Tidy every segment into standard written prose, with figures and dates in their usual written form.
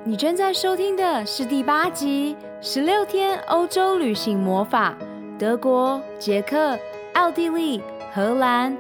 你正在收听的是第8集16天欧洲旅行魔法，德国、捷克、奥地利、荷兰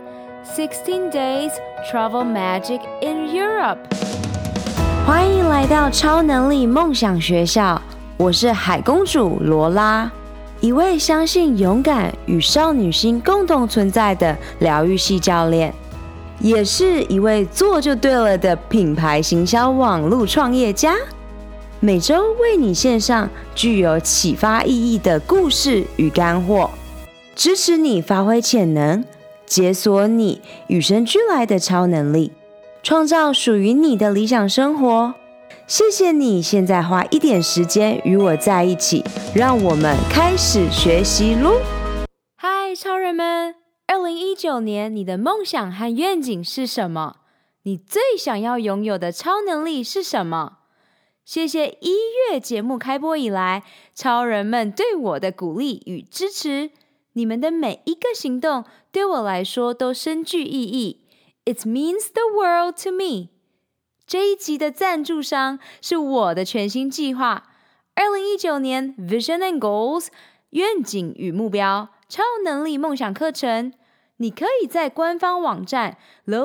16 days travel magic in Europe。 欢迎来到超能力梦想学校，我是海公主罗拉，一位相信勇敢与少女心共同存在的疗愈系教练，也是一位做就对了的品牌行销网络创业家。每周为你献上具有启发意义的故事与干货，支持你发挥潜能，解锁你与生俱来的超能力，创造属于你的理想生活。谢谢你现在花一点时间与我在一起，让我们开始学习咯。嗨，超人们！2019年你的梦想和愿景是什么？你最想要拥有的超能力是什么？谢谢1月节目开播以来，超人们对我的鼓励与支持，你们的每一个行动对我来说都深具意义。It means the world to me。 这一集的赞助商是我的全新计划2019年 Vision and Goals 愿景与目标超能力梦想课程。你可以在官方网站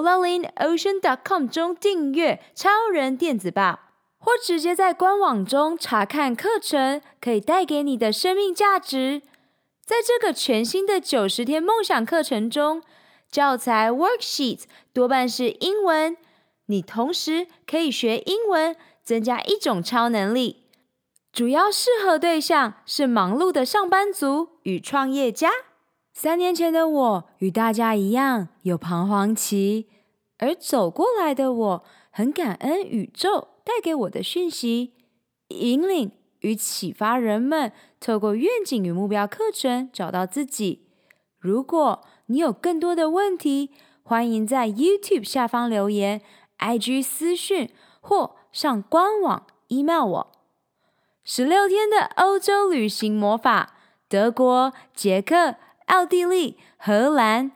lolalineocean.com 中订阅超人电子报，或直接在官网中查看课程可以带给你的生命价值。在这个全新的90天梦想课程中，教材 worksheets 多半是英文，你同时可以学英文，增加一种超能力。主要适合对象是忙碌的上班族与创业家。3年前的我与大家一样有彷徨期，而走过来的我很感恩宇宙带给我的讯息，引领与启发人们透过愿景与目标课程找到自己。如果你有更多的问题，欢迎在 YouTube 下方留言， IG 私讯或上官网 email 我。16天的欧洲旅行魔法，德国、捷克、奥地利、荷兰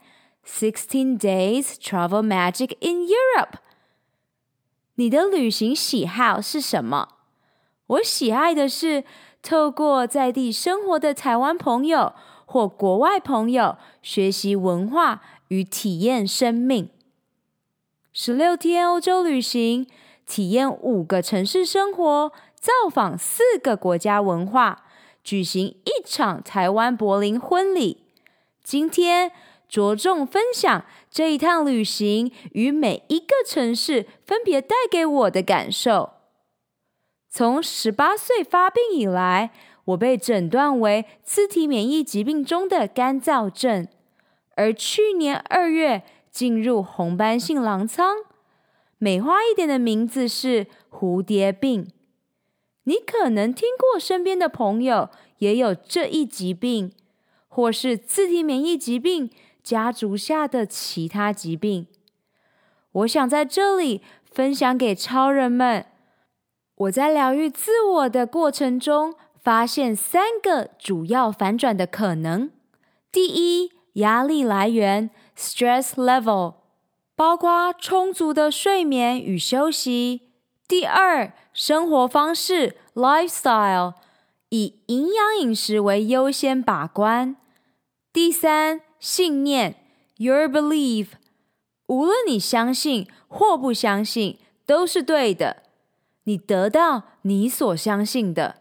16 days travel magic in Europe。你的旅行喜好是什么？我喜爱的是透过在地生活的台湾朋友或国外朋友学习文化与体验生命。16天欧洲旅行，体验5个城市生活，造访4个国家文化，举行1场台湾柏林婚礼。今天着重分享这一趟旅行与每一个城市分别带给我的感受。从18岁发病以来，我被诊断为自体免疫疾病中的干燥症，而去年2月进入红斑性狼疮，美化一点的名字是蝴蝶病。你可能听过身边的朋友也有这一疾病，或是自体免疫疾病家族下的其他疾病。我想在这里分享给超人们，我在疗愈自我的过程中发现3个主要反转的可能。第一，压力来源 stress level， 包括充足的睡眠与休息。第二，生活方式 lifestyle， 以营养饮食为优先把关。第三，信念 your belief， 无论你相信或不相信都是对的，你得到你所相信的。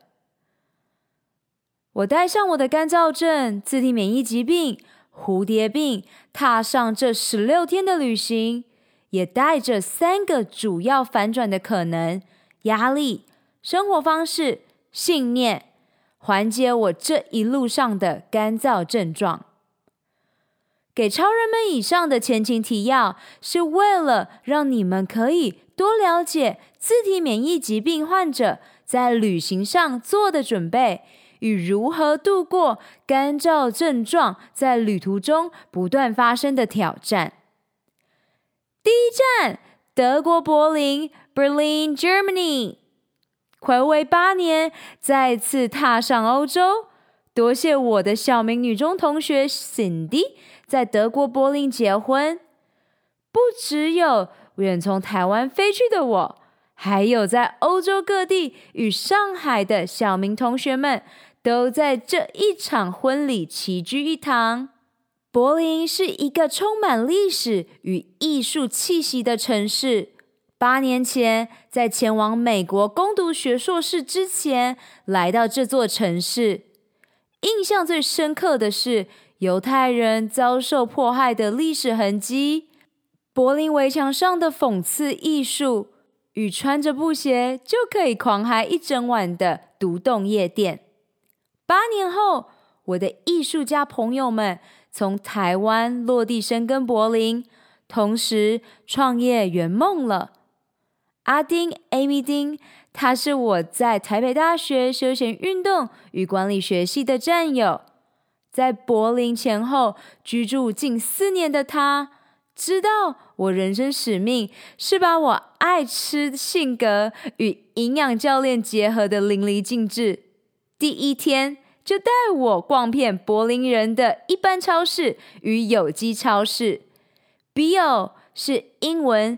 我带上我的干燥症、自体免疫疾病、蝴蝶病，踏上这16天的旅行，也带着3个主要反转的可能：压力、生活方式、信念，缓解我这一路上的干燥症状。给超人们以上的前情提要，是为了让你们可以多了解自体免疫疾病患者在旅行上做的准备，与如何度过干燥症状在旅途中不断发生的挑战。第一站，德国柏林 Berlin, Germany。 睽违8年，再次踏上欧洲，多谢我的小名女中同学 Cindy 在德国柏林结婚。不只有远从台湾飞去的我， 还有在欧洲各地与上海的小明同学们都在这一场婚礼齐聚一堂。柏林是一个充满历史与艺术气息的城市。8年前，在前往美国攻读学硕士之前，来到这座城市。印象最深刻的是犹太人遭受迫害的历史痕迹，柏林围墙上的讽刺艺术，与穿着布鞋就可以狂嗨一整晚的独栋夜店。8年后，我的艺术家朋友们从台湾落地生根柏林，同时创业圆梦了。阿丁 Amy 丁，他是我在台北大学休闲运动与管理学系的战友，在柏林前后居住近4年的他，知道我人生使命是把我爱吃性格与营养教练结合的淋漓尽致。第一天就带我逛遍柏林人的一般超市与有机超市。 Bio 是英文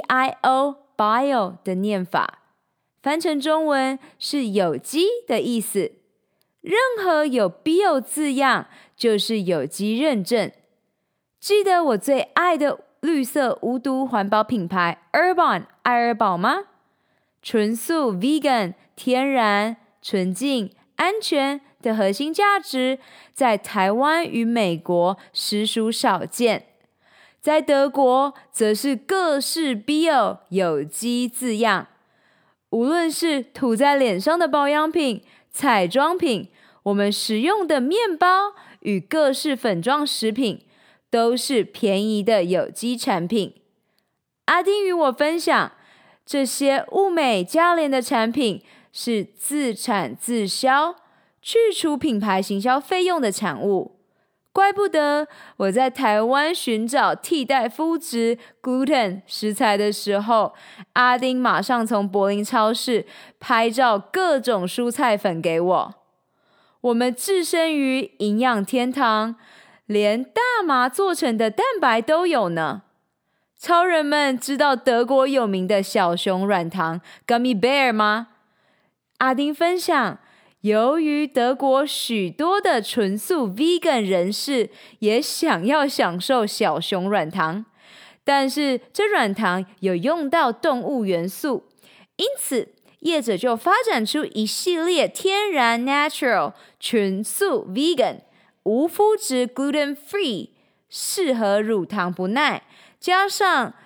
BIO Bio 的念法，翻成中文是有机的意思。任何有 Bio 字样就是有机认证。记得我最爱的绿色无毒环保品牌 Earborn 爱尔宝吗？纯素 Vegan 天然纯净安全的核心价值，在台湾与美国实属少见。在德国则是各式 bio 有机字样，无论是涂在脸上的保养品、彩妆品，我们食用的面包与各式粉状食品，都是便宜的有机产品。阿丁与我分享，这些物美价廉的产品是自产自销，去除品牌行销费用的产物。怪不得我在台湾寻找替代麸质 gluten 食材的时候，阿丁马上从柏林超市拍照各种蔬菜粉给我。我们置身于营养天堂，连大麻做成的蛋白都有呢。超人们知道德国有名的小熊软糖 Gummy Bear 吗？阿丁分享，由于德国许多的纯素 vegan 人士也想要享受小熊软糖，但是这软糖有用到动物元素，因此业者就发展出一系列天然 natural 纯素 vegan 无麸质 gluten free 适合乳糖不耐，加上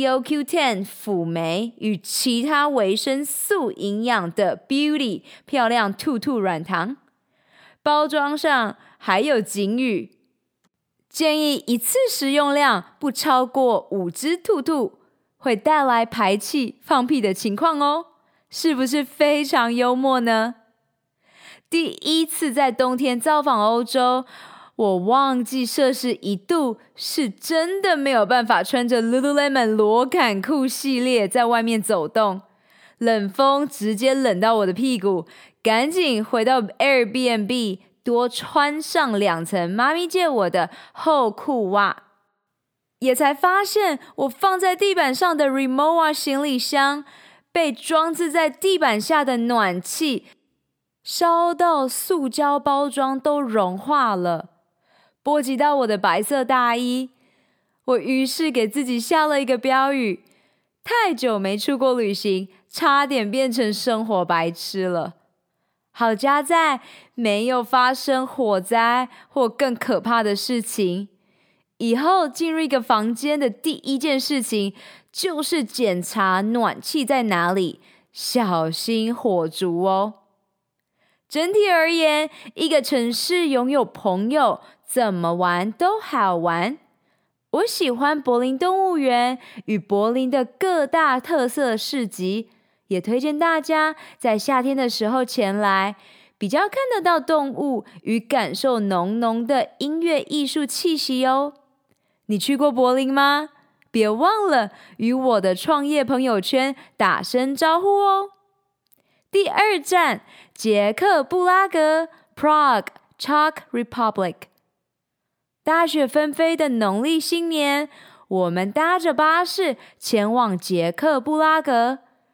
CoQ10 辅酶与其他维生素营养的 Beauty 漂亮兔兔软糖，包装上还有警语，建议一次食用量不超过5只兔兔，会带来排气放屁的情况哦，是不是非常幽默呢？第一次在冬天造访欧洲，我忘记摄氏1度，是真的没有办法穿着 Lululemon 裸坎裤系列在外面走动，冷风直接冷到我的屁股，赶紧回到 Airbnb 多穿上2层妈咪借我的厚裤袜，也才发现我放在地板上的 Rimowa 行李箱被装置在地板下的暖气烧到塑胶包装都融化了，波及到我的白色大衣。我于是给自己下了一个标语，太久没出国旅行，差点变成生活白痴了。好家在没有发生火灾或更可怕的事情，以后进入一个房间的第一件事情就是检查暖气在哪里，小心火烛哦。整体而言，一个城市拥有朋友，怎么玩都好玩。我喜欢柏林动物园与柏林的各大特色市集，也推荐大家在夏天的时候前来，比较看得到动物与感受浓浓的音乐艺术气息哦。你去过柏林吗？别忘了与我的创业朋友圈打声招呼哦。第2站，捷克布拉格 Prague Czech Republic。大雪纷飞的农历新年，我们搭着巴士前往捷克布拉格。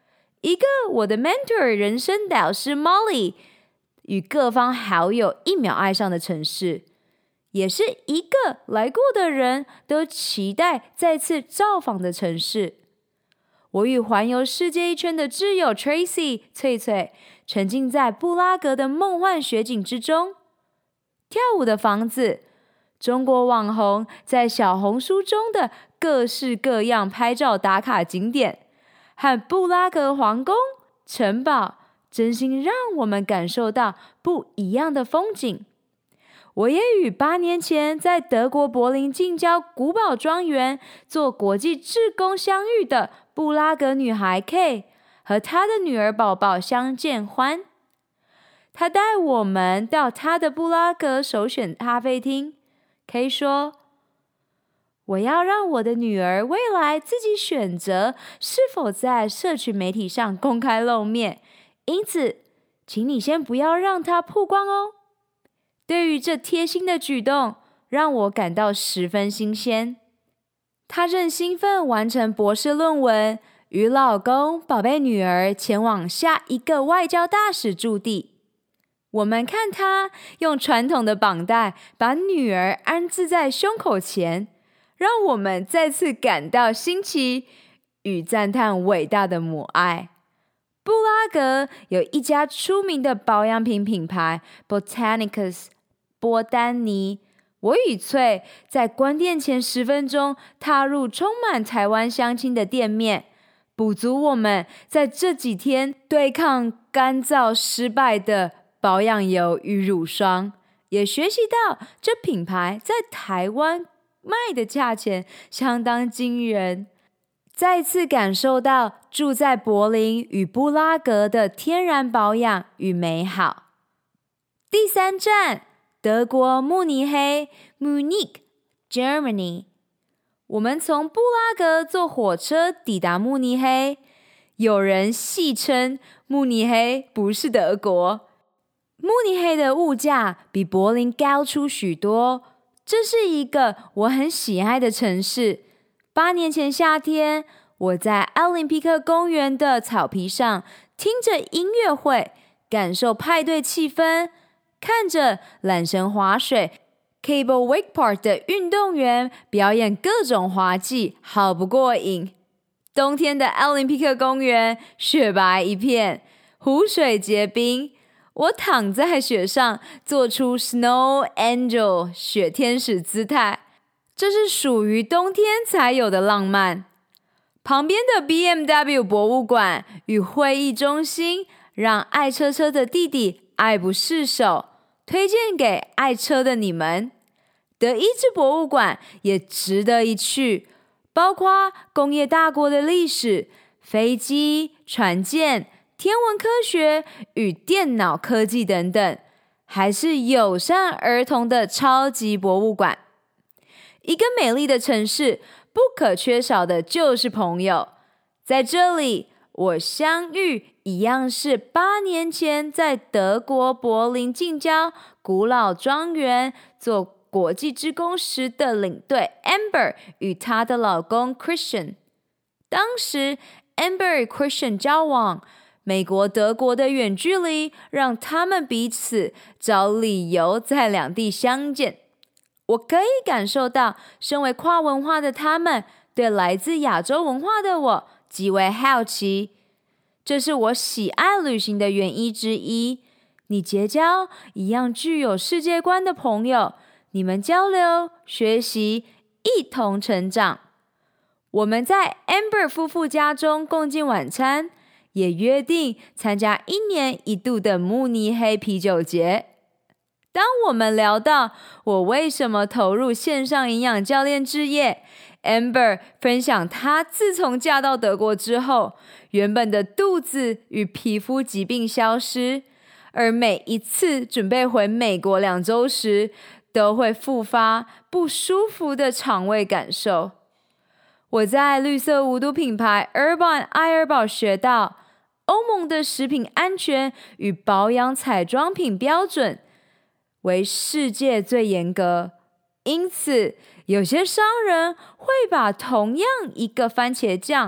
一个我的 mentor 人生导师 Molly 与各方好友一秒爱上的城市，也是一个来过的人都期待再次造访的城市。我与环游世界一圈的挚友 Tracy 翠翠沉浸在布拉格的梦幻雪景之中，跳舞的房子，中国网红在小红书中的各式各样拍照打卡景点，和布拉格皇宫、城堡，真心让我们感受到不一样的风景。我也与8年前在德国柏林近郊古堡庄园做国际志工相遇的布拉格女孩 K 和她的女儿宝宝相见欢。她带我们到她的布拉格首选咖啡厅。K 说，我要让我的女儿未来自己选择是否在社群媒体上公开露面，因此请你先不要让她曝光哦。对于这贴心的举动，让我感到十分新鲜。她正兴奋完成博士论文，与老公、宝贝女儿前往下一个外交大使驻地。我们看她用传统的绑带把女儿安置在胸口前，让我们再次感到新奇与赞叹伟大的母爱。布拉格有一家出名的保养品品牌 Botanicus 波丹尼，我与翠在关店前10分钟踏入充满台湾乡亲的店面，补足我们在这几天对抗干燥失败的保养油与乳霜，也学习到这品牌在台湾卖的价钱相当惊人，再次感受到住在柏林与布拉格的天然保养与美好。第3站，德国慕尼黑 Munich, Germany。 我们从布拉格坐火车抵达慕尼黑，有人戏称慕尼黑不是德国。慕尼黑的物价比柏林高出许多，这是一个我很喜爱的城市。8年前夏天，我在奥林匹克公园的草皮上听着音乐会，感受派对气氛，看着缆绳滑水 Cable Wake Park 的运动员表演各种滑技，好不过瘾。冬天的奥林匹克公园雪白一片，湖水结冰，我躺在雪上做出 Snow Angel 雪天使姿态，这是属于冬天才有的浪漫。旁边的 BMW 博物馆与会议中心让爱车车的弟弟爱不释手，推荐给爱车的你们。德意志博物馆也值得一去，包括工业大国的历史、飞机、船舰、天文科学与电脑科技等等，还是友善儿童的超级博物馆。一个美丽的城市，不可缺少的就是朋友。在这里，我相遇一样是8年前在德国柏林近郊古老庄园做国际志工时的领队 Amber 与她的老公 Christian。 当时 Amber 与 Christian 交往，美国德国的远距离让他们彼此找理由在两地相见。我可以感受到身为跨文化的他们对来自亚洲文化的我极为好奇，这是我喜爱旅行的原因之一。你结交一样具有世界观的朋友，你们交流、学习，一同成长。我们在 Amber 夫妇家中共进晚餐，也约定参加1年1度的慕尼黑啤酒节。当我们聊到我为什么投入线上营养教练之夜， Amber 分享她自从嫁到德国之后，原本的肚子与皮肤疾病消失，而每一次准备回美国2周时，都会复发不舒服的肠胃感受。我在绿色无毒品牌 Urban 爱尔宝学到，欧盟的食品安全与保养彩妆品标准为世界最严格，因此有些商人会把同样一个番茄酱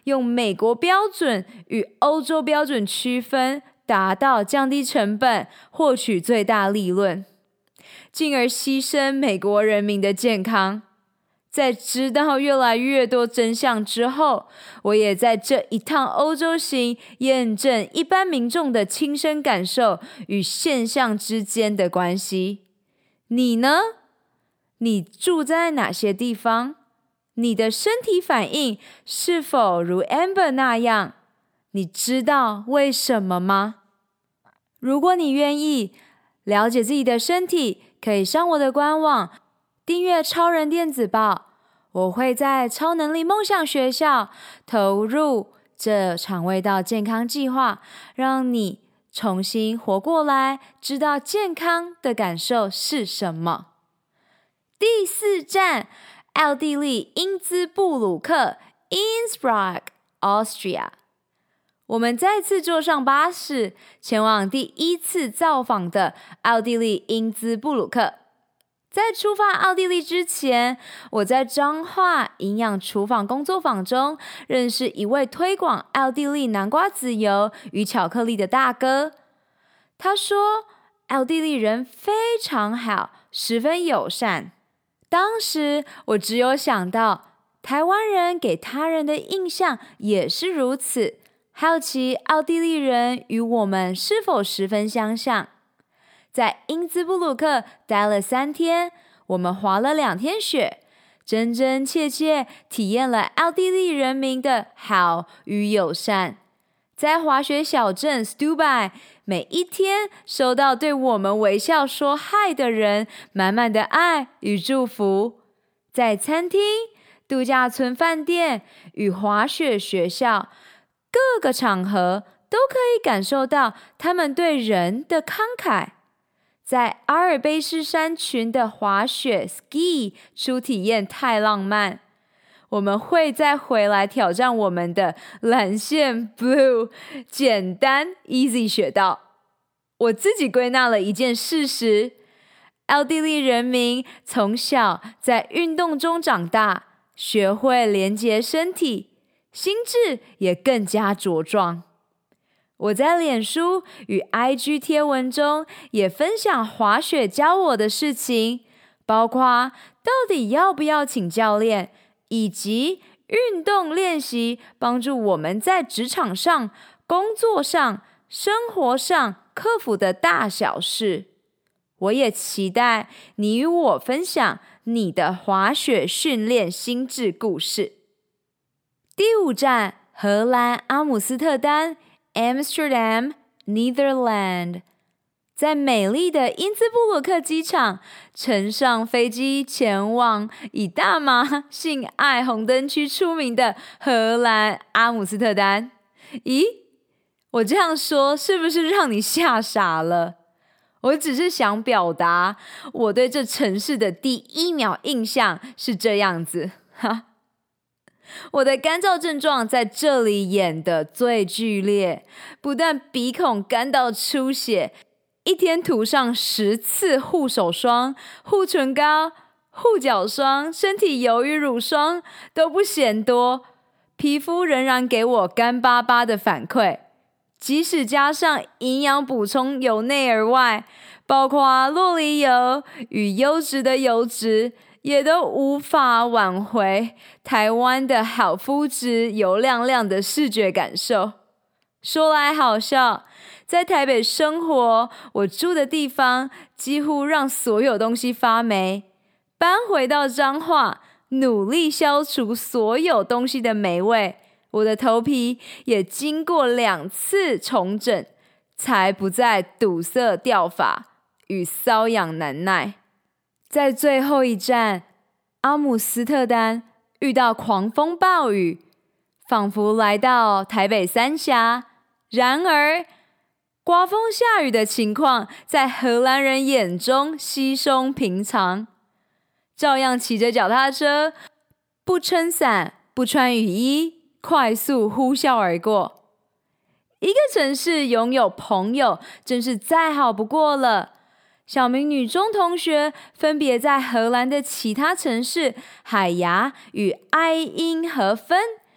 用美国标准与欧洲标准区分，达到降低成本，获取最大利润，进而牺牲美国人民的健康。在知道越来越多真相之后，我也在这一趟欧洲行验证一般民众的亲身感受与现象之间的关系。你呢？你住在哪些地方？你的身体反应是否如 Amber 那样？你知道为什么吗？如果你愿意了解自己的身体，可以上我的官网订阅超人电子报。我会在超能力梦想学校投入这肠胃道健康计划，让你重新活过来，知道健康的感受是什么。第4站，奥地利因兹布鲁克 Innsbruck Austria。 我们再次坐上巴士，前往第1次造访的奥地利因兹布鲁克。在出发奥地利之前，我在彰化营养厨房工作坊中认识一位推广奥地利南瓜籽油与巧克力的大哥。他说，奥地利人非常好，十分友善。当时我只有想到，台湾人给他人的印象也是如此，好奇奥地利人与我们是否十分相像。在因兹布鲁克待了3天，我们滑了2天雪，真真切切体验了奥地利人民的好与友善。在滑雪小镇 Stubai， 每一天收到对我们微笑说嗨的人满满的爱与祝福。在餐厅、度假村饭店与滑雪学校各个场合，都可以感受到他们对人的慷慨。在阿尔卑斯山群的滑雪 ski 初体验太浪漫，我们会再回来挑战我们的蓝线 blue 简单 easy 雪道。我自己归纳了一件事实，奥地利人民从小在运动中长大，学会连结身体，心智也更加茁壮。我在脸书与 IG 贴文中也分享滑雪教我的事情，包括到底要不要请教练，以及运动练习帮助我们在职场上、工作上、生活上克服的大小事。我也期待你与我分享你的滑雪训练心智故事。第5站，荷兰阿姆斯特丹Amsterdam, Netherlands。 在美丽的因兹布鲁克机场，乘上飞机前往以大麻、性爱红灯区出名的荷兰阿姆斯特丹。咦，我这样说是不是让你吓傻了？我只是想表达我对这城市的第1秒印象是这样子。我的干燥症状在这里演得最剧烈，不但鼻孔干到出血，一天涂上10次护手霜、护唇膏、护脚霜、身体油与乳霜都不嫌多，皮肤仍然给我干巴巴的反馈。即使加上营养补充由内而外，包括酪梨油与优质的油脂，也都无法挽回台湾的好肤质油亮亮的视觉感受。说来好笑，在台北生活，我住的地方几乎让所有东西发霉，搬回到彰化，努力消除所有东西的霉味，我的头皮也经过2次重整，才不再堵塞掉发与瘙痒难耐。在最后一站阿姆斯特丹，遇到狂风暴雨，仿佛来到台北三峡。然而刮风下雨的情况在荷兰人眼中稀松平常，照样骑着脚踏车，不撑伞，不穿雨衣，快速呼啸而过。一个城市拥有朋友真是再好不过了。小明女中同学分别在荷兰的其他城市海牙与埃因何芬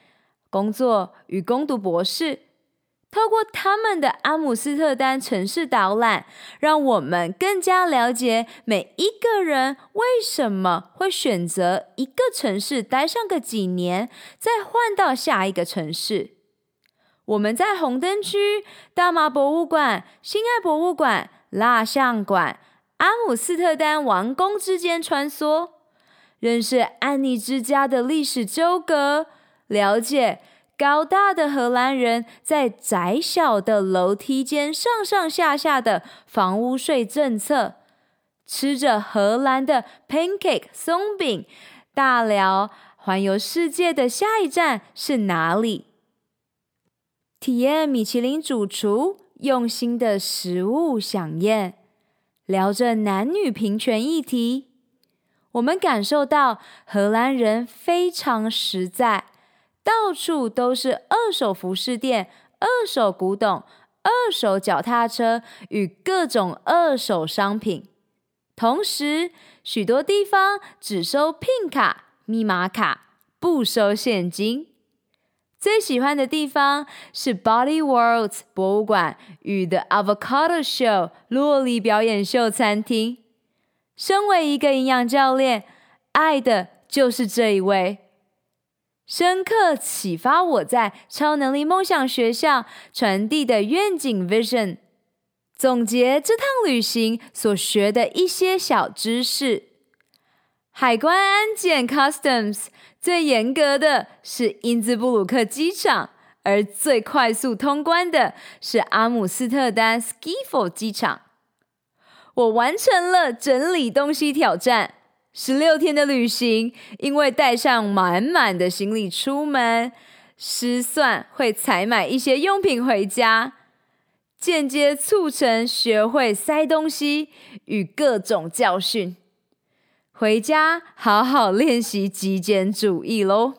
工作与攻读博士。透过他们的阿姆斯特丹城市导览，让我们更加了解每一个人为什么会选择一个城市待上个几年，再换到下一个城市。我们在红灯区、大麻博物馆、辛爱博物馆、蜡像馆、阿姆斯特丹王宫之间穿梭，认识安妮之家的历史纠葛，了解高大的荷兰人在窄小的楼梯间上上下下的房屋税政策，吃着荷兰的 pancake 松饼，大聊环游世界的下一站是哪里，体验米其林主厨用心的食物飨宴，聊着男女平权议题。我们感受到荷兰人非常实在，到处都是二手服饰店、二手古董、二手脚踏车与各种二手商品。同时，许多地方只收 PIN 卡、密码卡，不收现金。最喜欢的地方是 Body Worlds 博物馆与 The Avocado Show 洛梨表演秀餐厅。身为一个营养教练，爱的就是这一位。深刻启发我在超能力梦想学校传递的愿景 Vision， 总结这趟旅行所学的一些小知识。海关安检 Customs 最严格的是因兹布鲁克机场，而最快速通关的是阿姆斯特丹 Schiphol 机场。我完成了整理东西挑战，16天的旅行，因为带上满满的行李出门，失算会采买一些用品回家，间接促成学会塞东西与各种教训。回家好好练习极简主义咯。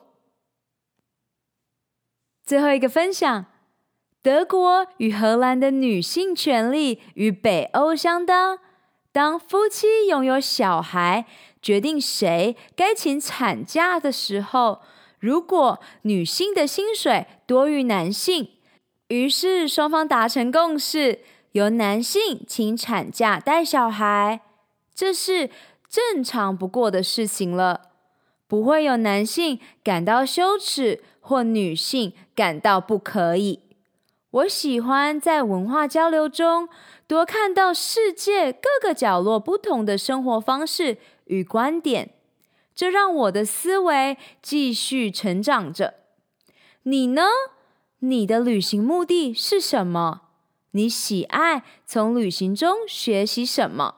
最后一个分享，德国与荷兰的女性权利与北欧相当。当夫妻拥有小孩，决定谁该请产假的时候，如果女性的薪水多于男性，于是双方达成共识，由男性请产假带小孩，这是正常不过的事情了，不会有男性感到羞耻或女性感到不可以。我喜欢在文化交流中多看到世界各个角落不同的生活方式与观点，这让我的思维继续成长着。你呢？你的旅行目的是什么？你喜爱从旅行中学习什么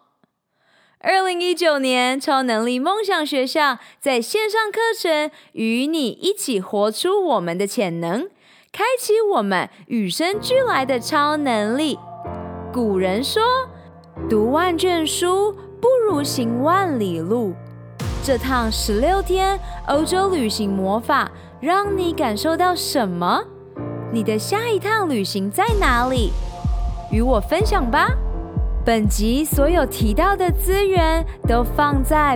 ？2019年超能力梦想学校在线上课程与你一起活出我们的潜能，开启我们与生俱来的超能力。古人说，读万卷书不如行万里路。这趟16天欧洲旅行魔法让你感受到什么？你的下一趟旅行在哪里？与我分享吧。本集所有提到的资源都放在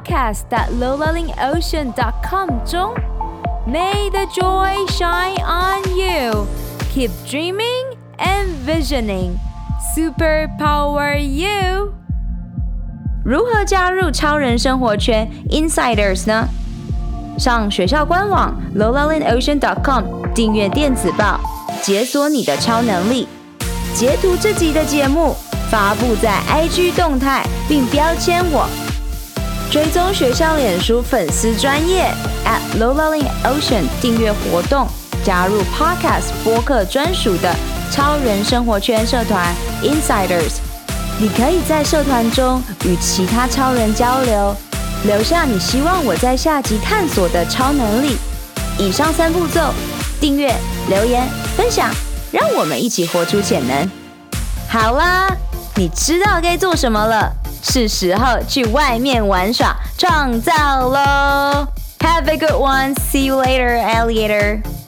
podcast.lowlevelingocean.com 中。May the joy shine on you. Keep dreaming and visioning. Superpower you. 如何加入超人生活圈 Insiders 呢？上学校官网 lowlevelingocean.com 订阅电子报，解锁你的超能力。截图这集的节目，发布在 IG 动态，并标签我。追踪学校脸书粉丝专页 @lowlevelingocean 订阅活动，加入 Podcast 播客专属的超人生活圈社团 Insiders。你可以在社团中与其他超人交流，留下你希望我在下集探索的超能力。以上3步骤：订阅、留言、分享，让我们一起活出潜能。好啦，你知道该做什么了，是时候去外面玩耍、创造咯。Have a good one. See you later, alligator.